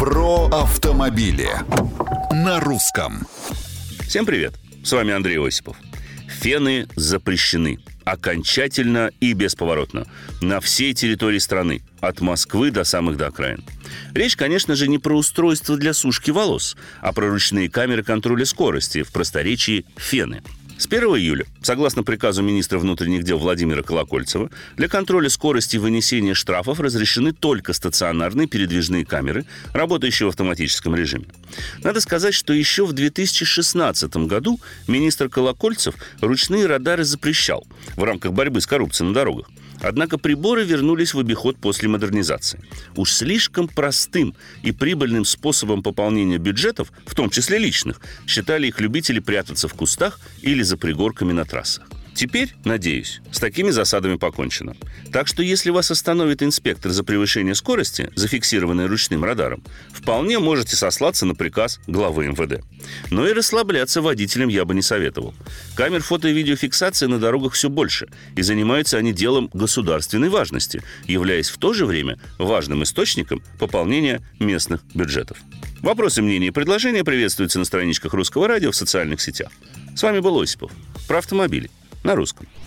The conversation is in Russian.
Про автомобили на русском. Всем привет! С вами Андрей Осипов. Фены запрещены. Окончательно и бесповоротно. На всей территории страны. От Москвы до самых окраин. Речь, конечно же, не про устройство для сушки волос, а про ручные камеры контроля скорости, в просторечии фены. С 1 июля, согласно приказу министра внутренних дел Владимира Колокольцева, для контроля скорости и вынесения штрафов разрешены только стационарные передвижные камеры, работающие в автоматическом режиме. Надо сказать, что еще в 2016 году министр Колокольцев ручные радары запрещал в рамках борьбы с коррупцией на дорогах. Однако приборы вернулись в обиход после модернизации. Уж слишком простым и прибыльным способом пополнения бюджетов, в том числе личных, считали их любители прятаться в кустах или за пригорками на трассах. Теперь, надеюсь, с такими засадами покончено. Так что если вас остановит инспектор за превышение скорости, зафиксированной ручным радаром, вполне можете сослаться на приказ главы МВД. Но и расслабляться водителям я бы не советовал. Камер фото- и видеофиксации на дорогах все больше, и занимаются они делом государственной важности, являясь в то же время важным источником пополнения местных бюджетов. Вопросы, мнения и предложения приветствуются на страничках Русского радио в социальных сетях. С вами был Осипов. Про автомобили на русском.